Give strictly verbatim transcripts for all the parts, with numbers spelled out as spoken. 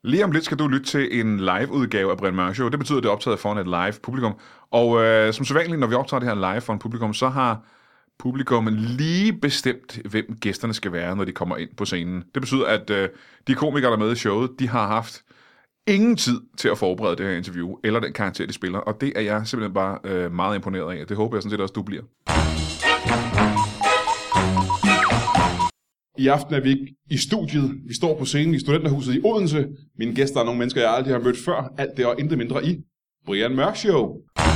Lige om lidt skal du lytte til en live-udgave af Brian Mørk Show. Det betyder, at det er optaget foran et live-publikum. Og øh, som sædvanligt, når vi optager det her live foran publikum, så har publikummet lige bestemt, hvem gæsterne skal være, når de kommer ind på scenen. Det betyder, at øh, de komikere, der er med i showet, de har haft ingen tid til at forberede det her interview, eller den karakter, de spiller. Og det er jeg simpelthen bare øh, meget imponeret af. Det håber jeg sådan set også, du bliver. I aften er vi ikke i studiet. Vi står på scenen i Studenterhuset i Odense. Mine gæster er nogle mennesker, jeg aldrig har mødt før. Alt det og intet mindre i Brian Mørk Show.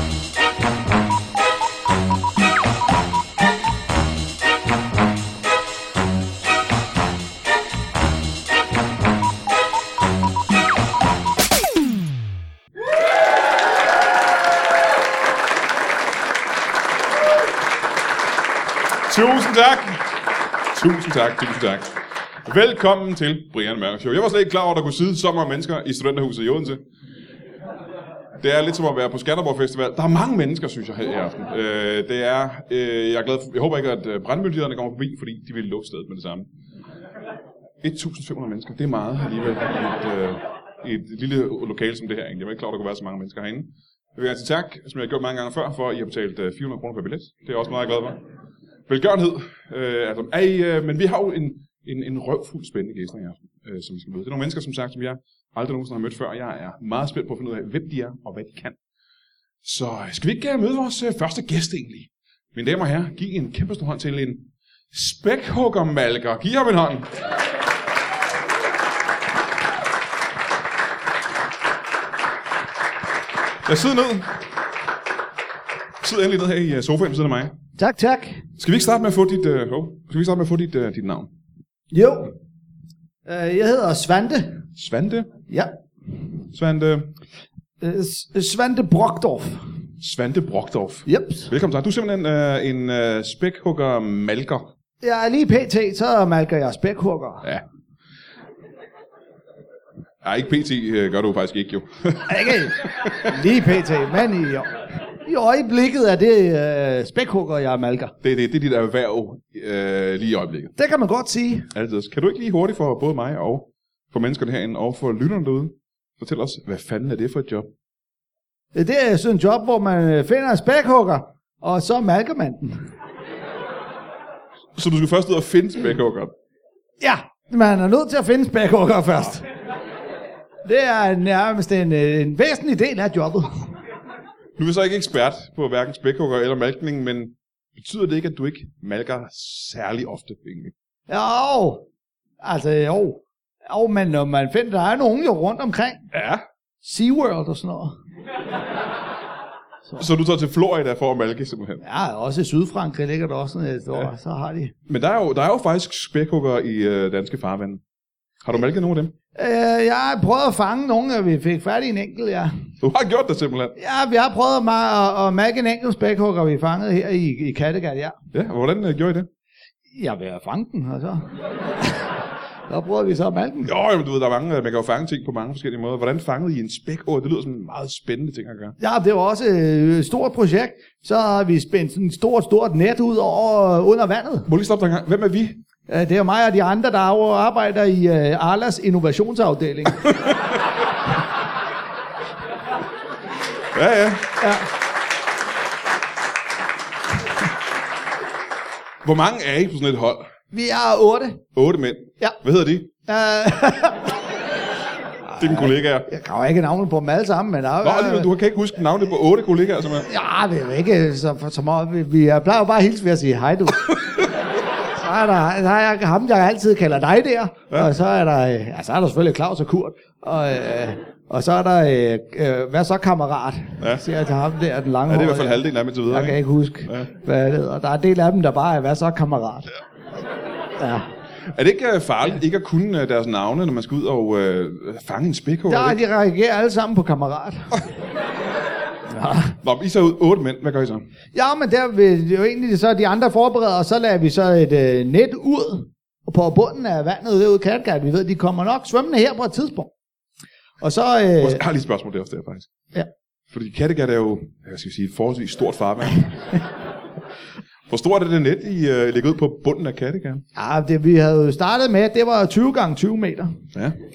Tusind tak. Tusind tak, tusind tak. Velkommen til Brian Mørk Show. Jeg var slet ikke klar over, at der kunne sidde så mange mennesker i Studenterhuset i Odense. Det er lidt som at være på Skanderborg Festival. Der er mange mennesker, synes jeg, her i aften. Øh, det er, øh, jeg er glad for, jeg håber ikke, at brandmyndighederne kommer forbi, fordi de vil lukke stedet med det samme. femten hundrede mennesker, det er meget alligevel. Et, øh, et lille lokale som det her, egentlig. Jeg var ikke klar over, at der kunne være så mange mennesker herinde. Jeg vil gerne sige tak, som jeg har gjort mange gange før, for at I har betalt fire hundrede kroner per billet. Det er jeg også meget glad for. Velgørenhed. Øh, altså, ej, øh, men vi har jo en, en, en røvfuld spændende gæster i aften, øh, som vi skal møde. Det er nogle mennesker, som sagt, som jeg aldrig nogensinde har mødt før. Jeg er meget spændt på at finde ud af, hvem de er og hvad de kan. Så skal vi ikke møde vores øh, første gæst egentlig? Mine damer og herrer, giv en kæmpe stor hånd til en spækhuggermalker. Giv ham en hånd. Jeg sidder ned. Jeg sidder endelig ned her i sofaen ved siden af mig. Tak, tak. Skal vi ikke starte med at få dit, uh, oh, skal vi ikke starte med at få dit, uh, dit navn? Jo. Uh, jeg hedder Svante. Svante? Ja. Svante? Uh, Svante Brockdorf. Svante Brockdorf. Yep. Velkommen til. Du er simpelthen uh, en uh, spækhugger-malker. Ja, lige pt. Så malker jeg spækhugger. Ja. Ja, ikke pt. Uh, gør du faktisk ikke, jo. Ikke lige pt. Men i, i øjeblikket er det uh, spækhugger, jeg malker. Det, det, det er dit erhverv uh, lige i øjeblikket. Det kan man godt sige. Altid. Kan du ikke lige hurtigt for både mig og for menneskerne herinde og for lytterne derude fortæl os, hvad fanden er det for et job? Det er sådan et job, hvor man finder en spækhugger, og så malker man den. Så du skal først ud og finde spækhugger? Ja, man er nødt til at finde spækhugger først. Det er nærmest en, en væsentlig del af jobbet. Du er så ikke ekspert på hverken spækhugger eller malkning, men betyder det ikke, at du ikke malker særlig ofte, egentlig? Jo, altså jo. Jo, men når man finder, der er nogen jo rundt omkring. Ja. SeaWorld og sådan noget. Så. så du tager til Florida for at malke, simpelthen? Ja, også i Sydfrankrig ligger der også sådan et år, ja. Så har de. Men der er jo, der er jo faktisk spækhugger i øh, danske farvande. Har du malket nogen af dem? Øh, jeg har prøvet at fange nogle, og vi fik fat i en enkelt, ja. Du har gjort det simpelthen? Ja, vi har prøvet at, at, at malke en enkelt spækhugger, vi fangede her i, i Kattegat, ja. Ja, hvordan uh, gjorde I det? Jeg vil have fanget den, og så... Der prøver vi så at malke den. Jo, men du ved, der er mange, man kan jo fange ting på mange forskellige måder. Hvordan fangede I en spækhugger? Det lyder som en meget spændende ting at gøre. Ja, det var også et stort projekt. Så har vi spændt sådan et stort, stort net ud over under vandet. Må du lige stoppe dig en gang? Hvem er vi? Det er mig og de andre, der arbejder i Arlas innovationsafdeling. ja, ja. Ja. Hvor mange er I på sådan et hold? Vi er otte. Otte mænd? Ja. Hvad hedder de? Uh... Dine kollegaer? Jeg kan jo ikke navnet på dem alle sammen, men... Der, Nå, alligevel, du kan ikke huske navnet på otte kollegaer, som er... Ja, det er jo ikke så, så meget. Vi, vi plejer jo bare at hilse ved at sige hej, du. Så er der, der er ham, jeg altid kalder dig der. Ja. Og så er der... Ja, så er der selvfølgelig Claus og Kurt. Og, øh, og så er der... Øh, hvad så, kammerat? Ja. Siger jeg til ham der, den lange. Ja, det er i hvert fald halvdelen af dem indtil videre. Jeg kan ikke huske, ja. Hvad det hedder. Der er en del af dem, der bare er, hvad så, kammerat? Ja. Ja. Er det ikke farligt ikke at kunne deres navne, når man skal ud og øh, fange en spækhugger? Ja, de reagerer alle sammen på kammerat. Ja. Nå, I så ud otte mænd. Hvad gør I så? Ja, men der vil jo egentlig så de andre forbereder, og så lader vi så et øh, net ud på bunden af vandet derude i Kattegat. Vi ved, de kommer nok svømmende her på et tidspunkt. Og så... Øh... Jeg har lige et spørgsmål der også der, faktisk. Ja. Fordi Kattegat er jo, jeg skal sige, forholdsvis stort farvand. Hvor stort er det net, I uh, ligger ud på bunden af Kattegat? Ja, det vi havde startet med, det var tyve gange tyve meter. Ja. Ja.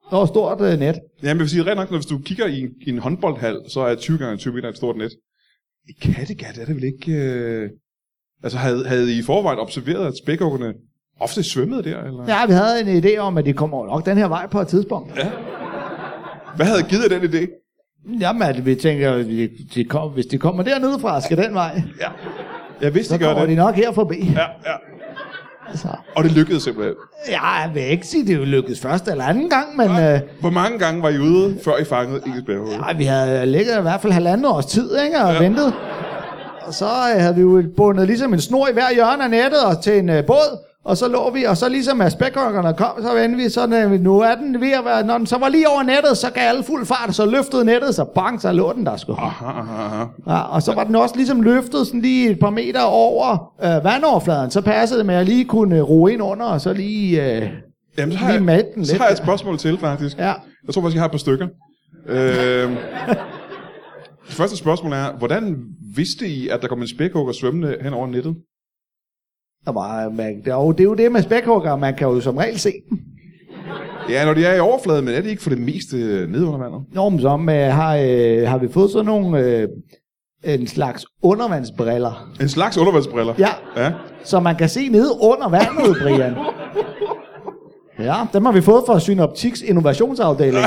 Det var stort uh, net. Ja, men jeg vil sige rent nok, når hvis du kigger i en, i en håndboldhal, så er tyve gange tyve meter et stort net. I Kattegat er det vel ikke... Øh... Altså, havde, havde I i forvejen observeret, at spækhuggerne ofte svømmede der? Eller? Ja, vi havde en idé om, at de kommer nok den her vej på et tidspunkt. Ja. Hvad havde givet den idé? Jamen, at vi tænker, at de, de kom, hvis de kommer dernede fra, skal den vej. Ja. Jeg vidste, så de gør det. Så de nok her forbi. Ja, ja. Så. Og det lykkedes simpelthen. Ja, jeg vil ikke sige, at det lykkedes første eller anden gang, men... Øh, Hvor mange gange var I ude, før I fangede en spækhugger? Ja, vi havde ligget i hvert fald halvandet års tid, ikke, og ja. ventet. Og så øh, havde vi jo bundet ligesom en snor i hver hjørne af nettet og til en øh, båd. Og så lå vi, og så ligesom at spækhuggerne kom, så vendte vi sådan, øh, nu er den ved at være... Når den så var lige over nettet, så gav alle fuld fart, så løftede nettet, så bang, så lå den der sgu. Aha, aha, aha. Ja, og så var den også ligesom løftet sådan lige et par meter over øh, vandoverfladen. Så passede det med, at jeg lige kunne ro ind under, og så lige... Øh, Jamen, så har, jeg, den så lidt. har jeg et spørgsmål til, faktisk. Ja. Jeg tror faktisk, jeg har et par stykker. Øh, det første spørgsmål er, hvordan vidste I, at der kom en spækhugger svømmende hen over nettet? Der var, man, det, er jo, det er jo det med spækhugger, man kan jo som regel se dem. Ja, når de er i overfladen, men er det ikke for det meste nede under vandet? Nå, men så øh, har, øh, har vi fået sådan nogle... Øh, en slags undervandsbriller. En slags undervandsbriller? Ja, ja. Så man kan se nede under vandet, Brian. Ja, dem har vi fået fra Synoptiks innovationsafdeling.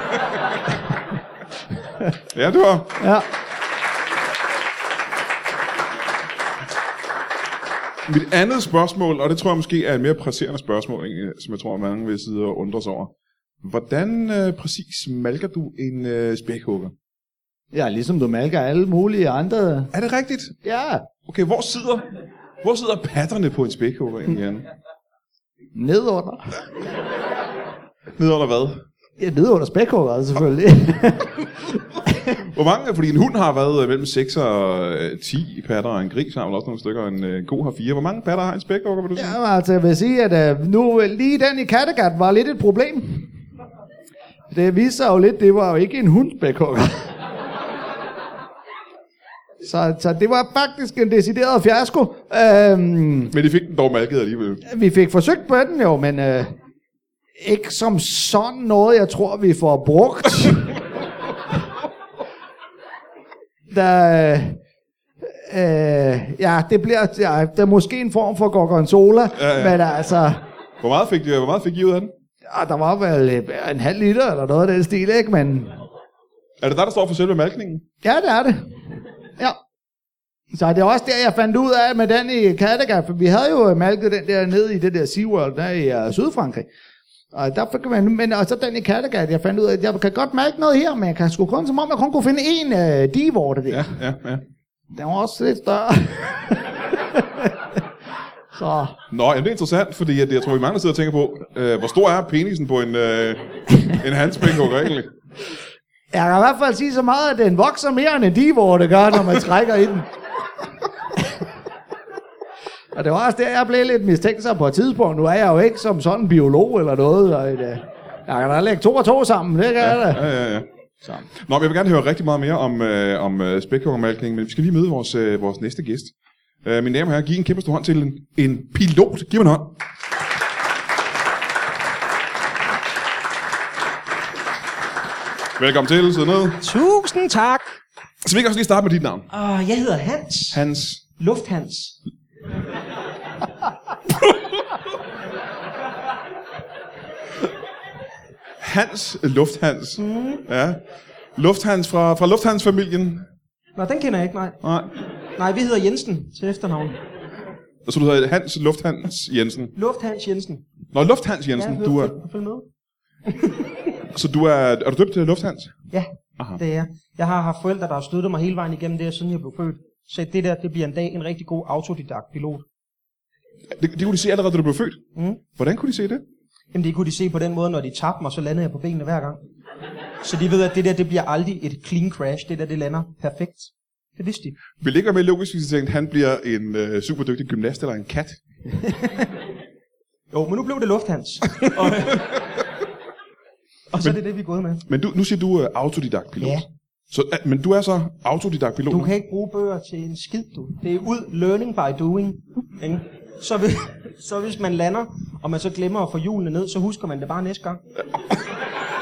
Ja, det var... Ja. Mit andet spørgsmål, og det tror jeg måske er et mere presserende spørgsmål, som jeg tror, mange vil sidde og undre sig over. Hvordan øh, præcis malker du en øh, spækhugger? Ja, ligesom du malker alle mulige andre. Er det rigtigt? Ja. Okay, hvor sidder, hvor sidder patterne på en spækhugger egentlig, Jan? Nedunder. Nedunder hvad? Ja, nedunder spækhugger, selvfølgelig. Hvor mange? Fordi en hund har været mellem seks og ti patter, og en gris har vel også nogle stykker, og en uh, ko har fire. Hvor mange patter har en spækhugger, vil du sige? Ja, altså, jeg vil sige, at uh, nu lige den i Kattegat var lidt et problem. Det viste sig jo lidt, det var jo ikke en hundspækhugger. Så, så det var faktisk en decideret fiasko. Øhm, men de fik den dog malket alligevel. Vi fik forsøgt på den jo, men øh, ikke som sådan noget, jeg tror, vi får brugt. Der, øh, ja, det bliver ja, det er måske en form for gorgonzola, ja, ja. Men altså... Hvor meget fik, hvor meget fik I ud af den? Ja, der var vel en halv liter eller noget af den stil, ikke? Men... Er det der, der står for selve malkningen? Ja, det er det. Ja. Så det er også der, jeg fandt ud af med den i Kattegat, for vi havde jo malket den der ned i det der SeaWorld, der i uh, Sydfrankrig. Og der fik man, men også den i Kattegat, jeg fandt ud af, at jeg kan godt malke noget her, men jeg kan sgu kun, som om jeg kun kunne finde en uh, divorte der. Ja, ja, ja. Den var også lidt større. Så. Nå, jamen det er interessant, fordi jeg, jeg tror, vi mange sidder og tænker på, øh, hvor stor er penisen på en, øh, en handspækhugger egentlig? Jeg kan i hvert fald sige så meget, at den vokser mere end en divorte gør, når man trækker i den. Og det var også der, jeg blev lidt mistænksom på et tidspunkt. Nu er jeg jo ikke som sådan en biolog eller noget. Og et, jeg kan da lægge to og to sammen, det kan ja, jeg da. Ja, ja, ja. Så. Nå, men jeg vil gerne høre rigtig meget mere om, øh, om øh, spækhuggermalkning, men vi skal lige møde vores, øh, vores næste gæst. Øh, mine damer og herrer, giv en kæmpe stor hånd til en, en pilot. Giv mig en hånd. Velkommen til, sid ned. Tusind tak. Så vi kan også lige starte med dit navn. Uh, jeg hedder Hans. Hans. Lufthans. Hans Lufthans. Mm. Ja. Lufthans fra, fra Lufthans-familien. Nå, den kender jeg ikke, nej. Nej. Nej, vi hedder Jensen til efternavn. Så du hedder Hans Lufthans Jensen? Lufthans Jensen. Nå, Lufthans Jensen. Ja, du er... Følg med. Så du er... Er du døbt til Lufthans? Ja, aha. Det er jeg. Jeg har haft forældre, der har støttet mig hele vejen igennem det, siden jeg blev født. Så det der, det bliver en dag en rigtig god autodidakt-pilot. Det, det kunne de se allerede, da du blev født? Mm. Hvordan kunne de se det? Jamen, det kunne de se på den måde, når de tabte mig, så landede jeg på benene hver gang. Så de ved, at det der, det bliver aldrig et clean crash. Det der, det lander perfekt. Det vidste de. Vil det ikke være mere logisk, hvis de tænkte, at han bliver en øh, super dygtig gymnast eller en kat? Jo, men nu blev det Lufthans. og, og så men, er det det, vi er gået med. Men du, nu siger du uh, autodidakt-pilot. Ja. Så, uh, men du er så autodidakt-pilot? Du kan ikke bruge bøger til en skid, du. Det er ud learning by doing. Ikke? Så, hvis, så hvis man lander, og man så glemmer at få hjulene ned, så husker man det bare næste gang.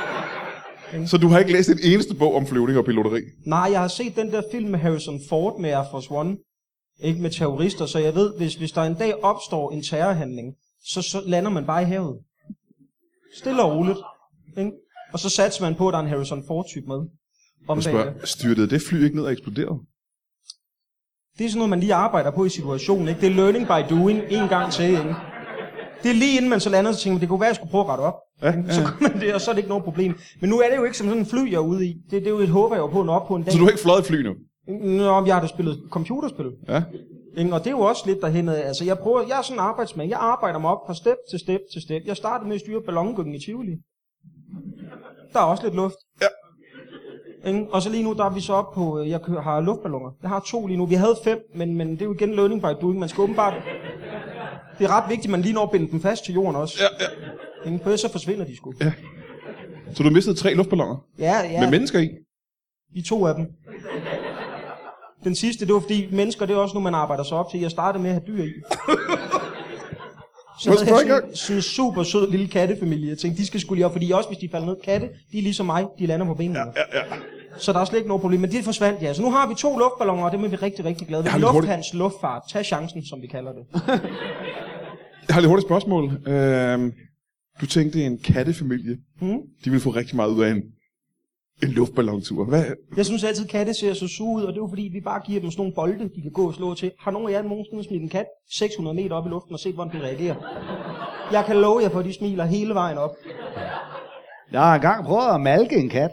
Så du har ikke læst en eneste bog om flyvning og piloteri? Nej, jeg har set den der film med Harrison Ford med Air Force One. Ikke med terrorister, så jeg ved, hvis, hvis der en dag opstår en terrorhandling, så, så lander man bare i havet. Stille og roligt. Ikke? Og så satser man på, at der er en Harrison Ford-type med. Og spørger, styrtede det fly ikke ned og eksploderede? Det er sådan noget, man lige arbejder på i situationen. Ikke? Det er learning by doing en gang til. Ikke? Det er lige inden man så lander, så tænker man, det kunne være, at jeg skulle prøve at rette op. Ja, ja. Så gør man det, og så er det ikke noget problem. Men nu er det jo ikke som sådan en fly, jeg er ude i. Det, det er jo et håb, jeg er på at nå op på en dag. Så du har ikke fløjet fly nu? Nå, jeg har da spillet computerspil. Ja. Og det er jo også lidt derhen. Altså, jeg, prøver, jeg er sådan en arbejdsmand. Jeg arbejder mig op fra step til step til step. Jeg startede med at styre ballongyngen i Tivoli. Der er også lidt luft. Ja. Og så lige nu, der er vi så op på, jeg kører, har luftballoner. Jeg har to lige nu. Vi havde fem, men, men det er jo igen learning by doing. Man skal åbenbart... Det er ret vigtigt, at man lige når at binde dem fast til jorden også. Ja, ja. For så forsvinder de sgu. Ja. Så du mistede tre luftballoner? Ja, ja. Med mennesker i? De to af dem. Den sidste, det var fordi mennesker, det er også nu, man arbejder sig op til. Jeg startede med at have dyr i. Så havde jeg sådan, sådan en super sød lille kattefamilie. Jeg tænkte, de skal sgu lige op, fordi også hvis de falder ned katte, de er ligesom mig, de lander på benene. Ja, ja, ja. Så der er slet ikke noget problem, men det forsvandt, ja. Så nu har vi to luftballoner, og det er vi rigtig, rigtig glade ved. Lufthands luftfart. Tag chancen, som vi kalder det. Jeg har lidt hurtigt spørgsmål. Øh, du tænkte, en kattefamilie, hmm? de vil få rigtig meget ud af en, en luftballontur. Hvad? Jeg synes altid, katte ser så suge ud, og det er jo fordi, vi bare giver dem sådan nogle bolde, de kan gå og slå til. Har nogen af jer nogensinde smidt en kat seks hundrede meter op i luften og set, hvordan den reagerer? Jeg kan love jer for, at de smiler hele vejen op. Jeg har engang prøvet at malke en kat.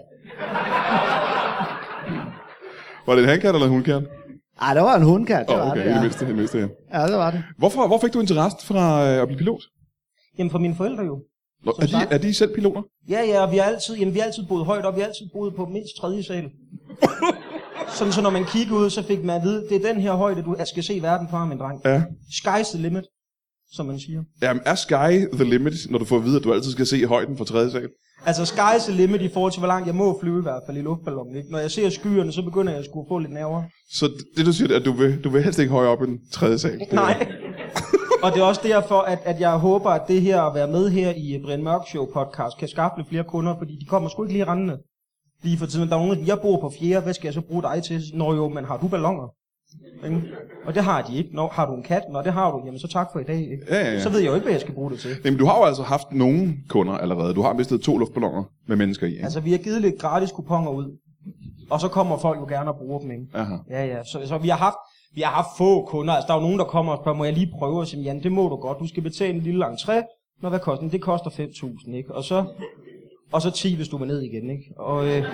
Var det en hankat eller en hundkat? Nej, det var en hundkat. Åh, oh, okay, det, ja. det mindste, det mindste, ja. Ja, det var det. Hvorfor, hvor fik du interesse fra øh, at blive pilot? Jamen, for mine forældre jo. Nå, er, de, er de selv piloter? Ja, ja, og vi har altid, jamen, vi har altid boet højt op, vi har altid boet på mindst tredje sal. Sådan, så når man kigger ud, så fik man at vide, det er den her højde, du skal se verden fra, min dreng. Ja. Sky's the limit, som man siger. Jamen, er sky the limit, når du får at vide, at du altid skal se højden fra tredje sal? Altså, sky's the limit i forhold til, hvor langt jeg må flyve i hvert fald i luftballonen, ikke? Når jeg ser skyerne, så begynder jeg at skulle få lidt nerver. Så det, du siger, at du vil, du vil helst ikke højere op end tredje sal? Nej. Og det er også derfor, at, at jeg håber, at det her at være med her i Brian Mørk Show podcast kan skabe lidt flere kunder, fordi de kommer sgu ikke lige rendende. Lige for tiden. Der er nogen, jeg bor på fjerde, hvad skal jeg så bruge dig til? Nå jo, men har du balloner? Ikke? Og det har de ikke. Nå, har du en kat? Nå, det har du. Jamen så tak for i dag. Ikke? Ja, ja, ja. Så ved jeg jo ikke, hvad jeg skal bruge det til. Jamen, du har jo altså haft nogle kunder allerede. Du har mistet to luftballoner med mennesker i. Ikke? Altså, vi har givet lidt gratis kuponer ud. Og så kommer folk jo gerne og bruger dem, ikke? Aha. Ja, ja. Så, så vi har haft vi har haft få kunder. Altså, der er jo nogen, der kommer og spørger, må jeg lige prøve? Og siger, Jan, det må du godt. Du skal betale en lille entré. Nå, hvad koster den? Det koster fem tusind, ikke? Og så, og så ti, hvis du vil ned igen, ikke? Og, øh,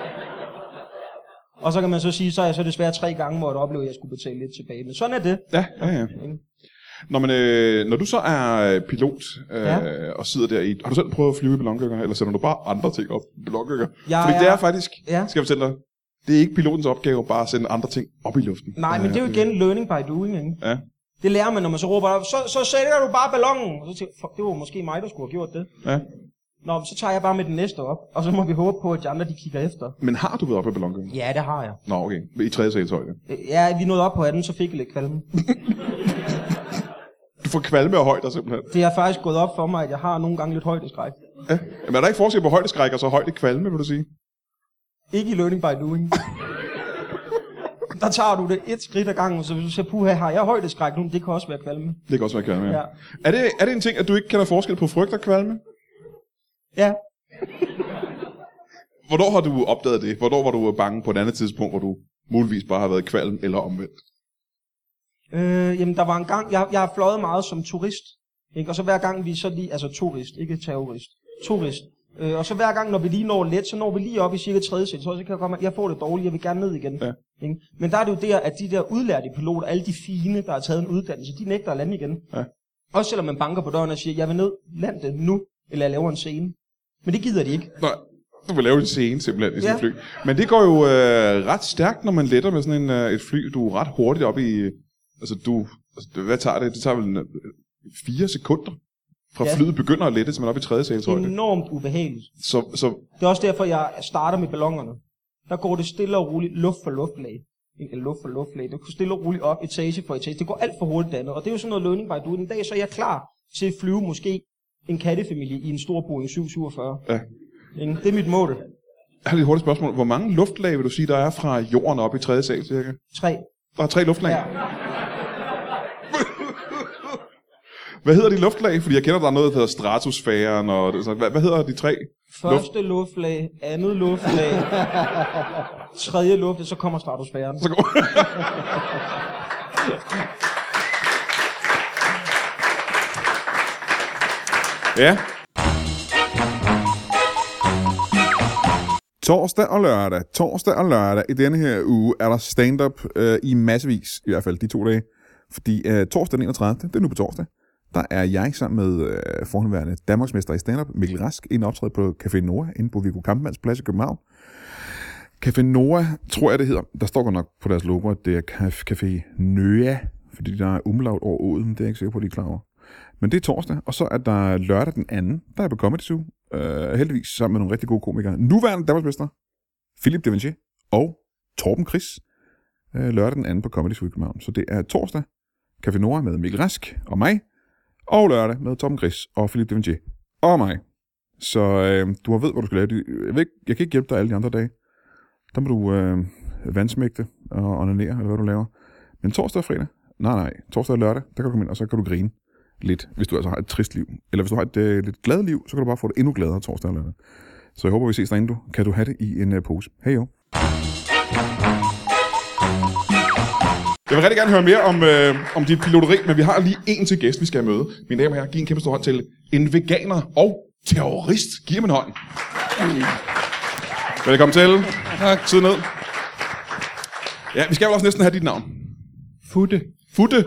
og så kan man så sige, så er jeg så desværre tre gange måtte opleve, at jeg skulle betale lidt tilbage. Men sådan er det. Ja, ja, ja. Nå, men øh, når du så er pilot øh, ja. og sidder der i... Har du selv prøvet at flyve i ballongynger, eller sætter du bare andre ting op i ballongynger? Ja, Fordi ja. det er faktisk, ja. skal jeg fortælle dig, det er ikke pilotens opgave bare at sende andre ting op i luften. Nej, men det er jo igen learning by doing, ikke? Ja. Det lærer man, når man så råber op, så, så sætter du bare ballonen. Og så tænker jeg, det var måske mig, der skulle have gjort det. Ja. Nå, så tager jeg bare med den næste op, og så må vi håbe på, at de andre de kigger efter. Men har du været oppe i ballongyngen? Ja, det har jeg. Nå, okay. I tredje sals højde? Ja, vi nåede op på atten, så fik jeg lidt kvalme. Du får kvalme og højder simpelthen? Det har faktisk gået op for mig, at jeg har nogle gange lidt højdeskræk. Ja. Men er der ikke forskel på højdeskræk og så højde kvalme, vil du sige? Ikke i learning by doing. Der tager du det et skridt ad gangen, så hvis du siger, puha, har jeg højdeskræk nu, det kan også være kvalme. Det kan også være kvalme, ja. ja. Er, det, er det en ting, at du ikke kender forskel på frygt og kvalme? Ja. Hvornår har du opdaget det? Hvornår var du bange på et andet tidspunkt, hvor du muligvis bare har været kvalm eller omvendt? Øh, jamen, der var en gang, jeg, jeg har fløjet meget som turist, ikke? Og så hver gang vi så lige, altså turist, ikke terrorist, turist. Øh, og så hver gang, når vi lige når let, så når vi lige op i cirka tredje sæt, så kan jeg komme, jeg får det dårligt, jeg vil gerne ned igen. Ja. Ikke? Men der er det jo der, at de der udlærte piloter, alle de fine, der har taget en uddannelse, de nægter at lande igen. Ja. Også selvom man banker på døren og siger, jeg vil ned, land det nu, eller jeg laver en scene. Men det gider de ikke. Nej, du vil lave en scene simpelthen i sådan ja. fly. Men det går jo øh, ret stærkt, når man letter med sådan en, øh, et fly. Du er ret hurtigt op i, altså du, altså, hvad tager det? Det tager vel øh, fire sekunder. Fra ja. flyet begynder at lette, så man er oppe i tredje sals højde. Det er enormt ubehageligt. Så, så... Det er også derfor, jeg starter med ballonerne. Der går det stille og roligt, luft for luftlag. Eller luft for luftlag. Det går stille og roligt op, etage for etage. Det går alt for hurtigt andet. Og det er jo sådan noget learning by doing. En dag så er jeg klar til at flyve måske en kattefamilie i en stor Boeing syv syvogfyrre. Ja. Det er mit mål. Jeg har lidt hurtigt spørgsmål. Hvor mange luftlag vil du sige, der er fra jorden op i tredje sal, cirka? Tre. Der er tre luftlag? Ja. Hvad hedder de luftlag? Fordi jeg kender, der er noget, der hedder stratosfæren. Og det, så hvad, hvad hedder de tre? Første luftlag, andet luftlag, tredje luftlag, så kommer stratosfæren. Så går... ja. Torsdag og lørdag, torsdag og lørdag i denne her uge er der stand-up øh, i massevis, i hvert fald de to dage. Fordi øh, torsdag den enogtredivte, det er nu på torsdag, der er jeg sammen med øh, forhenværende Danmarksmester i stand-up, Mikkel Rask, en optræde på Café Noah inde på Viggo Kampmanns Plads i København. Café Noah, tror jeg det hedder, der står godt nok på deres logo, at det er Café Noah, fordi der er umlaut over åden, men det er jeg ikke sikker på, at de er klar over. Men det er torsdag, og så er der lørdag den anden, der er på Comedy Zoo, øh, heldigvis sammen med nogle rigtig gode komikere. Nuværende Danmarksmester, Philip Devanché og Torben Chris, øh, lørdag den anden på Comedy Zoo i København. Så det er torsdag, Café Noah med Mikkel Rask og mig, og lørdag med Torben Chris og Philip Devanché og mig. Så øh, du har ved, hvad du skal lave. Jeg, ved ikke, jeg kan ikke hjælpe dig alle de andre dage. Der må du øh, vandsmægte og onanere, eller hvad du laver. Men torsdag og fredag, nej nej, torsdag og lørdag, der kan du komme ind, og så kan du grine lidt, hvis du altså har et trist liv. Eller hvis du har et øh, lidt glad liv, så kan du bare få det endnu gladere torsdag og lørdag. Så jeg håber, vi ses derinde, du. Kan du have det i en uh, pose. Hej jo. Jeg vil rigtig gerne høre mere om, øh, om dit piloteri, men vi har lige en til gæst, vi skal møde. Mine damer og herrer, giv en kæmpe stor hånd til en veganer og terrorist. Giv ham en hånd. Velkommen til. Tak. Sid ned. Ja, vi skal jo også næsten have dit navn. Futte. Futte.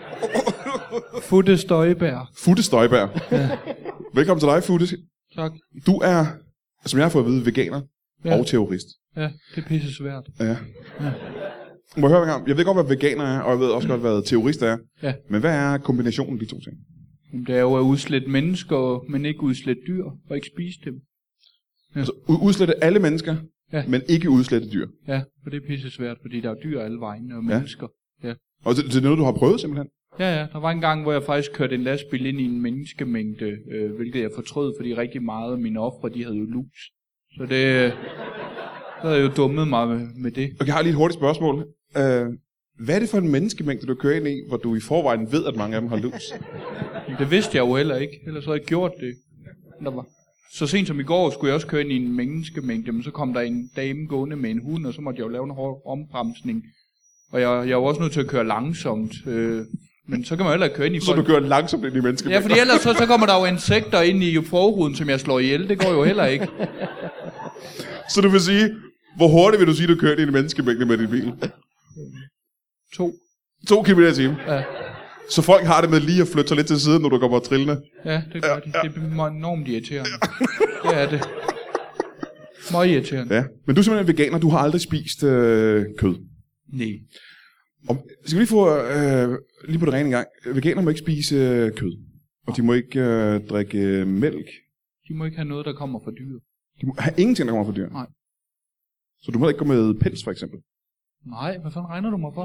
Futte Støjbær. Futte Støjbær. Ja. Velkommen til dig, Futte. Tak. Du er, som jeg har fået at vide, veganer ja. og terrorist. Ja, det er pisse svært. Ja. ja. Må jeg høre en gang? Jeg ved godt, hvad veganer er, og jeg ved også godt, hvad terrorist er. Ja. Men hvad er kombinationen af de to ting? Det er jo at udslette mennesker, men ikke udslette dyr, og ikke spise dem. Ja. Altså udslette alle mennesker, ja. men ikke udslette dyr? Ja, for det er pisse svært, fordi der er dyr alle vegne og mennesker. Ja. Ja. Og det, det er noget, du har prøvet simpelthen? Ja, ja. Der var en gang, hvor jeg faktisk kørte en lastbil ind i en menneskemængde, øh, hvilket jeg fortrød, fordi rigtig meget af mine ofre, de havde jo lus. Så det, så havde jeg jo dummet mig med, med det. Okay, jeg har lige et hurtigt spørgsmål. Uh, hvad er det for en menneskemængde, du kører ind i, hvor du i forvejen ved, at mange af dem har lus? Det vidste jeg jo heller ikke, ellers havde jeg gjort det. Der var. Så sent som i går skulle jeg også køre ind i en menneskemængde, men så kom der en dame gående med en hund, og så måtte jeg jo lave en hård ombremsning. Og jeg, jeg var også nødt til at køre langsomt, øh, men så kan man heller ikke køre ind i folk. Så du kører langsomt ind i menneskemængder? Ja, fordi ellers så, så kommer der jo insekter ind i forhuden, som jeg slår ihjel. Det går jo heller ikke. Så du vil sige, hvor hurtigt vil du sige, du kører ind i en menneskemængde med din bil? To. To kilometer i timen? Ja. Så folk har det med lige at flytte sig lidt til siden, når du kommer trillende? Ja, det gør ja, de. Ja. Det er enormt irriterende. Ja. Det er det. Meget irriterende. Ja. Men du er simpelthen veganer, du har aldrig spist øh, kød? Nej. Og skal vi lige få, øh, lige på det rene gang, veganer må ikke spise øh, kød, og de må ikke øh, drikke øh, mælk. De må ikke have noget, der kommer fra dyr. De må have ingenting, der kommer fra dyr? Nej. Så du må ikke gå med pels, for eksempel? Nej, hvad fanden regner du mig for?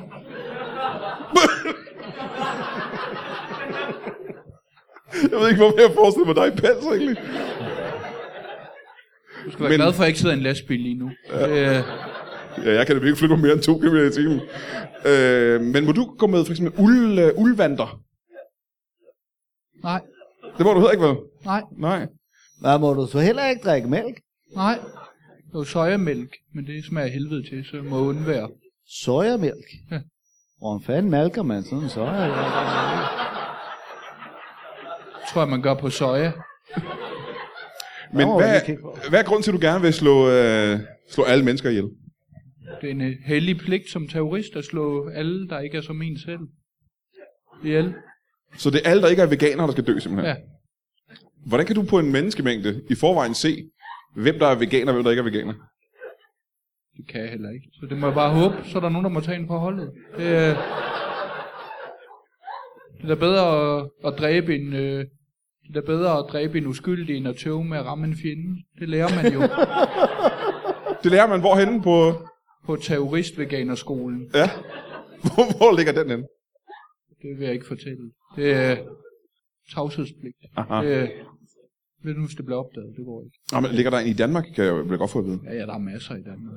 Jeg ved ikke, hvorfor jeg forestiller mig dig i pels, egentlig. Du skal være Men... glad for, at jeg ikke sidder i en lastbil lige nu. Ja. Det, Ja, jeg kan da ikke flytte mig mere end to kilometer i timen. Øh, men må du gå med for eksempel uld, uh, uldvanter? Nej. Det må du heller ikke, vel? Nej. Nej. Hvad må du så heller ikke drikke mælk? Nej. Det er jo sojamælk, men det smager helvede til, så må undvære. Sojamælk? Ja. Hvor fanden malker man sådan en soja? Tror jeg, man gør på soja. Men Nå, hvad, hvad er grunden til, at du gerne vil slå, øh, slå alle mennesker ihjel? Det er en hellig pligt som terrorist at slå alle, der ikke er som en selv, ihjel. Så det er alle, der ikke er veganere, der skal dø simpelthen? Ja. Hvordan kan du på en menneskemængde i forvejen se, hvem der er veganer og hvem der ikke er veganer? Det kan jeg heller ikke. Så det må jeg bare håbe, så er der nogen, der må tage en på holdet. Det, øh, det er da bedre at, at dræbe en... Øh, Det er bedre at dræbe en uskyldig, end at tøve med at ramme en fjende. Det lærer man jo. Det lærer man hvorhenne på... På terroristveganerskolen. Ja. Hvor, hvor ligger den henne? Det vil jeg ikke fortælle. Det er tavshedspligt. Det, Ved du, hvis det bliver opdaget? Det går ikke. Nå, men ligger der en i Danmark, kan jeg vel godt få at vide. Ja, ja, der er masser i Danmark.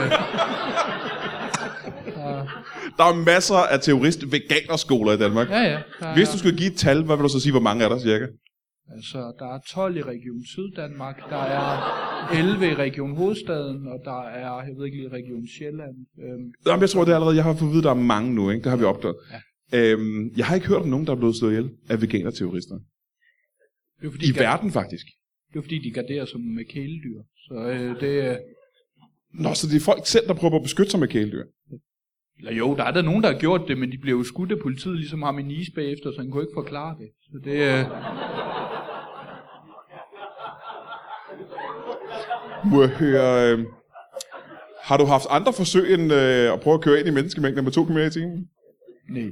Der er masser af terrorist-veganerskoler i Danmark. Ja, ja. Der Hvis du er, skulle give et tal, hvad vil du så sige, hvor mange er der cirka? altså, der er tolv i Region Syddanmark, der er elleve i Region Hovedstaden, og der er, jeg ved ikke lige, Region Sjælland. Øhm, Jamen, jeg tror, det er allerede, jeg har fået at vide, der er mange nu, ikke? Det har vi opdaget. Ja. Øhm, jeg har ikke hørt om nogen, der er blevet slået ihjel af veganer-terrorister. det er, fordi, I de, verden, faktisk. det er fordi, de garderer sig med kæledyr. Så øh, det er... Nå, så det er folk selv, der prøver at beskytte sig med kæledyr. Eller jo, der er der nogen, der har gjort det, men de blev jo skudt af politiet, ligesom ham i Nice bagefter, så han kunne ikke forklare det. Så det er... Øh... Må jeg høre... Øh, har du haft andre forsøg end øh, at prøve at køre ind i menneskemængder med to kilometer i timen? Nej.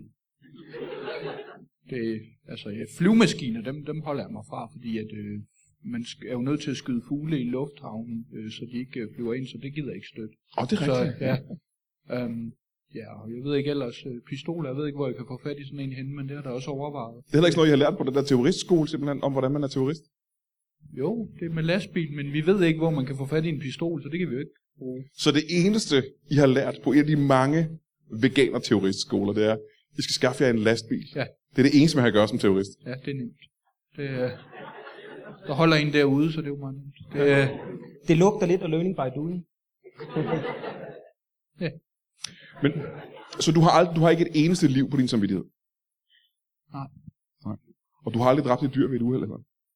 Det, altså, ja, flyvemaskiner, dem, dem holder jeg mig fra, fordi at, øh, man er jo nødt til at skyde fugle i lufthavnen, øh, så de ikke øh, flyver ind, så det gider jeg ikke støtte. Åh, oh, det er Så, rigtigt. ja, øhm, ja, og jeg ved ikke ellers, øh, pistoler, jeg ved ikke, hvor jeg kan få fat i sådan en henne, men det har der også overvejet. Det er heller ikke sådan noget, I har lært på den der terroristskole, simpelthen, om hvordan man er terrorist. Jo, det er med lastbil, men vi ved ikke, hvor man kan få fat i en pistol, så det kan vi jo ikke bruge. Så det eneste, I har lært på en af de mange veganer-terroristskoler, det er, I skal skaffe jer en lastbil. Ja. Det er det eneste, man kan gøre som terrorist. Ja, det er nemt. Det, øh, der holder en derude, så det er jo meget nemt. Det, øh, Det lugter lidt af learning by doing. ja. Men, så du har, aldrig, du har ikke et eneste liv på din samvittighed? Nej. Nej. Og du har aldrig dræbt et dyr ved et uheld, eller?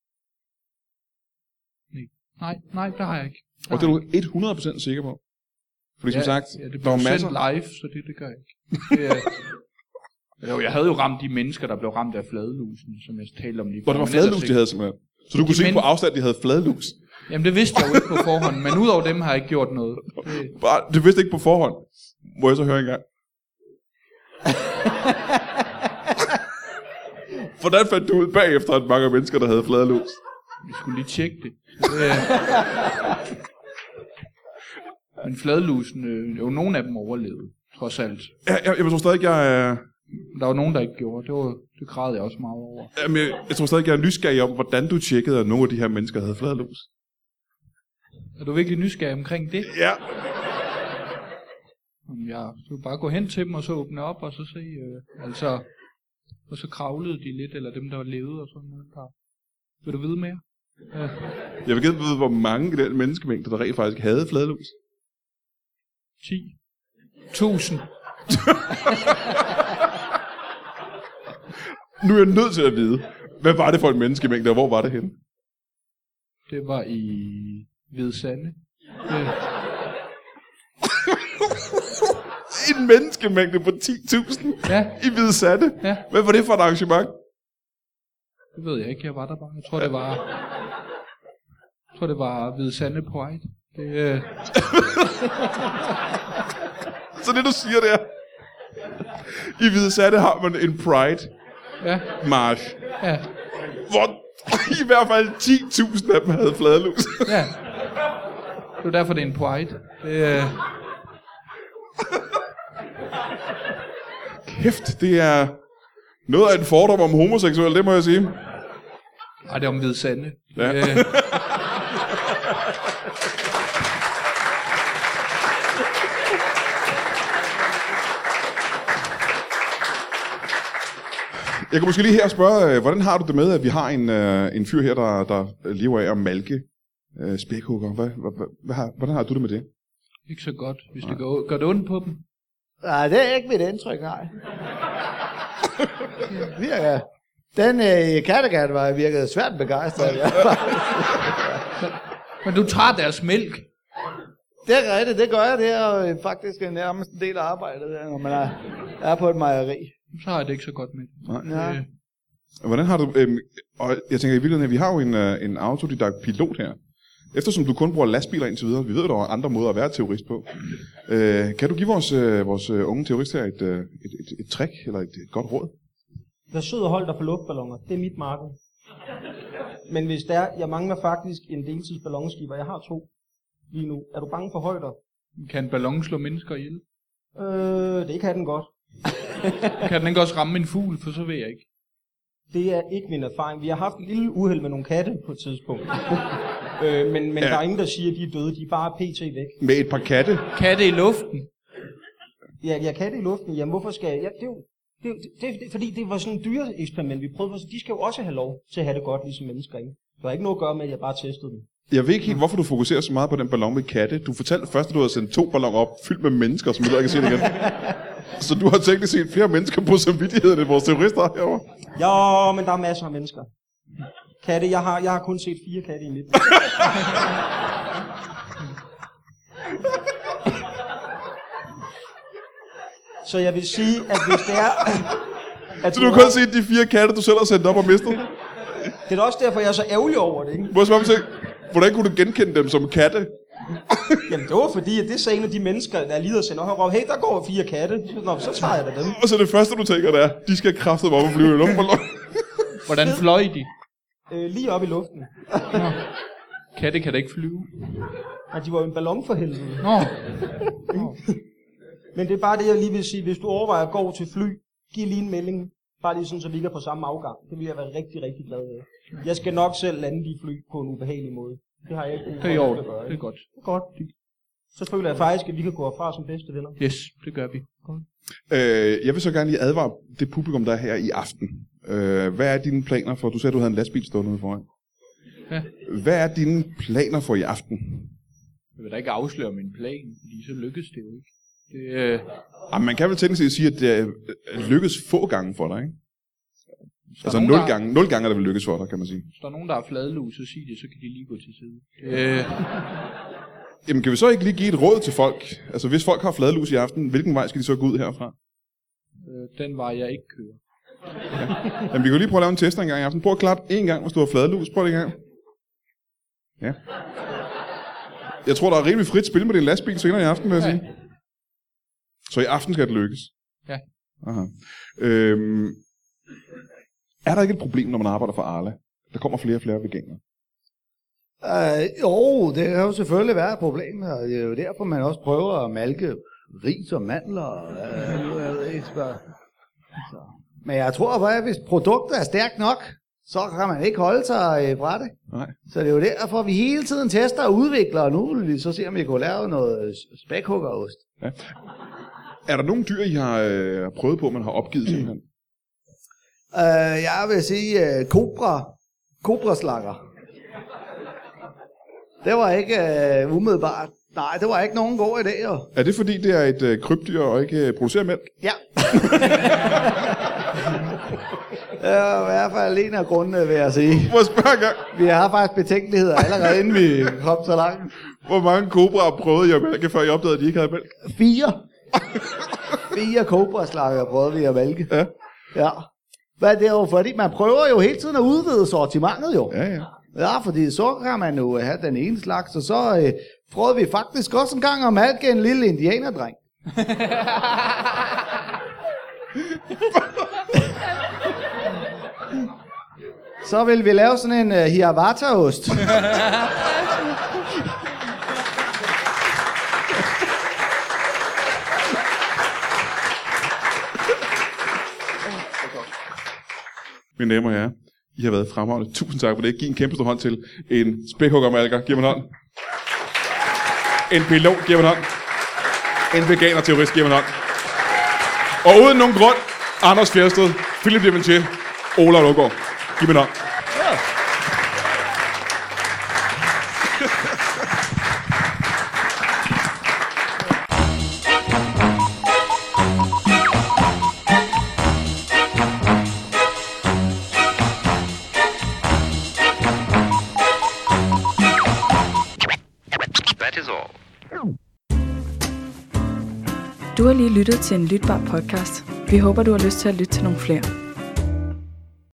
Nej, nej, det har jeg ikke. Det Og det er du hundrede procent sikker på? Fordi som ja, sagt, ja, det der blev var masser... sendt live, så det, det gør jeg ikke. Det, er, jo, jeg havde jo ramt de mennesker, der blev ramt af fladlusen, som jeg talte om lige. Hvor det var fladlus, de havde simpelthen. Så du kunne de se men... på afstand, de havde fladlus. Jamen det vidste jeg jo ikke på forhånd, men udover dem har jeg ikke gjort noget. Det... Bare, du vidste ikke på forhånd. Må jeg så høre en gang? Hvordan fandt du ud bagefter, at mange mennesker, der havde fladlus? Vi skulle lige tjekke det. det er... Men fladlusen, øh, jo nogle af dem overlevede, trods alt. Jeg, jeg, jeg tror stadig, jeg er... Der var nogen, der ikke gjorde. Det, var, det græd jeg også meget over. Jamen, jeg, jeg tror stadig, jeg er nysgerrig om, hvordan du tjekkede, at nogle af de her mennesker havde fladlus. Er du virkelig nysgerrig omkring det? Ja. Jamen, jeg skulle bare gå hen til dem, og så åbne op, og så se, øh, altså... Og så kravlede de lidt, eller dem, der var levet og sådan noget. Der. Vil du vide mere? Ja. Jeg vil gerne vide, hvor mange af den menneskemængde, der rent faktisk havde fladlus. ti. Tusind. Nu er jeg nødt til at vide, hvad var det for en menneskemængde, og hvor var det henne? Det var i Hvide Sande. Det... En menneskemængde på ti tusind Ja. i Hvide Sande? Ja. Hvad var det for et arrangement? Det ved jeg ikke, jeg var der bare. Jeg tror, det var... Jeg tror, det var Hvide Sande Pride. Det, øh... Så det, du siger, det er... I Hvide Sande har man en Pride-march. Ja. Ja. Hvor i hvert fald ti tusind af dem havde fladlus. Ja. Det var derfor, det er en Pride. Det, øh... Kæft, det er noget af en fordom om homoseksuel, det må jeg sige. Ej, det er om Hvide Sande. Ja. Det, øh... Jeg kan måske lige her spørge, hvordan har du det med, at vi har en, uh, en fyr her, der, der lever af at malke uh, spækhugger? Hvad, hvad, hvad har, hvordan har du det med det? Ikke så godt, hvis det går, gør det ondt på dem. Nej, det er ikke mit indtryk, nej. Virker. Den øh, Kattegat var jeg virkede svært begejstret. Men du tager deres mælk. Det er rigtigt, det gør jeg. Det er jo faktisk nærmest en del af arbejdet, når man er, er på et mejeri. Så har jeg det ikke så godt med det. Ja. Øh, Hvordan har du... Øhm, og jeg tænker i virkeligheden, at vi har jo en, uh, en autodidakt pilot her. Eftersom du kun bruger lastbiler indtil videre, vi ved, at der er andre måder at være terrorist på. Øh, kan du give vores, uh, vores uh, unge terrorist her et, uh, et, et, et trick, eller et, et godt råd? Vær sød og hold dig på luftballoner. Det er mit marked. Men hvis der, jeg mangler faktisk en deltidsballonskib, og jeg har to lige nu. Er du bange for højder? kan en ballon slå mennesker ihjel? Øh, det kan den godt. Kan den ikke også ramme en fugl, for så ved jeg ikke. Det er ikke min erfaring. Vi har haft en lille uheld med nogle katte på et tidspunkt. øh, men men ja. Der er ingen, der siger, at de er døde. De er bare pt. væk. Med et par katte? Katte i luften. Ja, ja, katte i luften. Jamen, hvorfor skal jeg... Ja, det er jo... Det, det, det, fordi det var sådan en dyre eksperiment, vi prøvede. De skal jo også have lov til at have det godt, ligesom mennesker, ikke? Det har ikke noget at gøre med, at jeg bare testede dem. Jeg ved ikke helt, hvorfor du fokuserer så meget på den ballon med katte. Du fortalte først, at du havde sendt to balloner op, fyldt med mennesker, som du ikke kan se det igen. Så du har teknisk set flere mennesker på samvittigheden end vores terrorister herovre. Ja, men der er masser af mennesker. Katte, jeg har, jeg har kun set fire katte i mit. Så jeg vil sige, at hvis det er... At så du kan kun se de fire katte, du selv har sendt op og mistet? Det er også derfor, jeg er så ærgerlig over det, ikke? Hvor spørger man til, hvordan kunne du genkende dem som katte? Jamen, det var fordi, at det sagde en af de mennesker, der lige havde sendt op og hey, der går fire katte. Nå, så tager jeg da dem. Og så det første, du tænker, der er, de skal kraftedeme op og flyve i luftballon. Hvordan fløj de? Øh, lige op i luften. Nå. Katte kan da ikke flyve. Nej, de var jo en ballon for helvede. Nå. Nå. Men det er bare det, jeg lige vil sige. Hvis du overvejer at gå til fly, giv lige en melding. Bare lige sådan, så vi ikke er på samme afgang. Det vil jeg være rigtig, rigtig glad ved. Jeg skal nok selv lande de fly på en ubehagelig måde. Det har jeg ikke. Det er i orden. Det er godt. Det er godt. Så føler jeg faktisk, at vi kan gå herfra som bedste venner. Yes, det gør vi. Godt. Øh, jeg vil så gerne lige advare det publikum, der er her i aften. Øh, hvad er dine planer for... Du sagde, du havde en lastbil stående ude foran. Ja. Hvad er dine planer for i aften? Jeg vil da ikke afsløre min plan, fordi så lykkes det jo ikke. Det, øh... Jamen, man kan vel tænke sig at sige, at det lykkes få gange for dig, ikke? Altså nogen, nul der... gange, nul gange er det vel lykkes for dig, kan man sige. Hvis der er nogen, der er fladlus, så sig det, så kan de lige gå til side. Øh... Jamen, kan vi så ikke lige give et råd til folk? Altså, hvis folk har fladlus i aften, hvilken vej skal de så gå ud herfra? Øh, den vej, jeg ikke kører. Ja. Jamen, vi kan lige prøve at lave en test en gang i aften. Prøv at klappe en gang, hvis du har fladlus. Prøv det en gang. Ja. Jeg tror, der er rimelig frit spil med din lastbil senere i aften, vil jeg sige. Så i aften skal det lykkes? Ja. Aha. Øhm, er der ikke et problem, når man arbejder for Arla? Der kommer flere og flere veganer. Øh, jo, det kan jo selvfølgelig være et problem, og det er jo derfor, man også prøver at malke ris og mandler. Øh, jeg ved ikke, så. Men jeg tror bare, at hvis produktet er stærkt nok, så kan man ikke holde sig fra det. Nej. Så det er jo derfor, at vi hele tiden tester og udvikler, og nu vil vi så se, om vi kan lave noget spækhuggerost. Ja. Er der nogle dyr, I har øh, prøvet på, man har opgivet simpelthen? Uh, jeg vil sige uh, kobra. Kobraslanger. Det var ikke uh, umiddelbart. Nej, det var ikke nogen god idé, jo. Er det fordi, det er et øh, krybdyr og ikke øh, producerer mælk? Ja. Det er i hvert fald en af grundene, vil jeg sige. Må jeg spørge en gang? Vi har faktisk betænkeligheder allerede, inden vi kom så langt. Hvor mange kobraer prøvede I at mælke, før I opdagede, at de ikke havde mælk? Fire. Fire kobraslanger prøvede vi at mælke. Ja. Ja. Hvad det er jo, fordi man prøver jo hele tiden at udvide sortimentet jo. Ja, ja. Ja, fordi så kan man jo have den ene slags, og så øh, prøvede vi faktisk også en gang at malke en lille indianerdreng. Så vil vi lave sådan en uh, hiawatha-ost. Mine damer og herrer, I har været fremragende. Tusind tak for det. Giv en kæmpe stor hånd til en spækhuggermalker. Giv mig en hånd. En pilot. Giv mig en hånd. En veganer-terrorist. Giv mig en hånd. Og uden nogen grund, Anders Fjersted, Philip Diamentier, Ola Lågaard. Giv mig en hånd. Du har lige lyttet til en lytbar podcast. Vi håber, du har lyst til at lytte til nogle flere.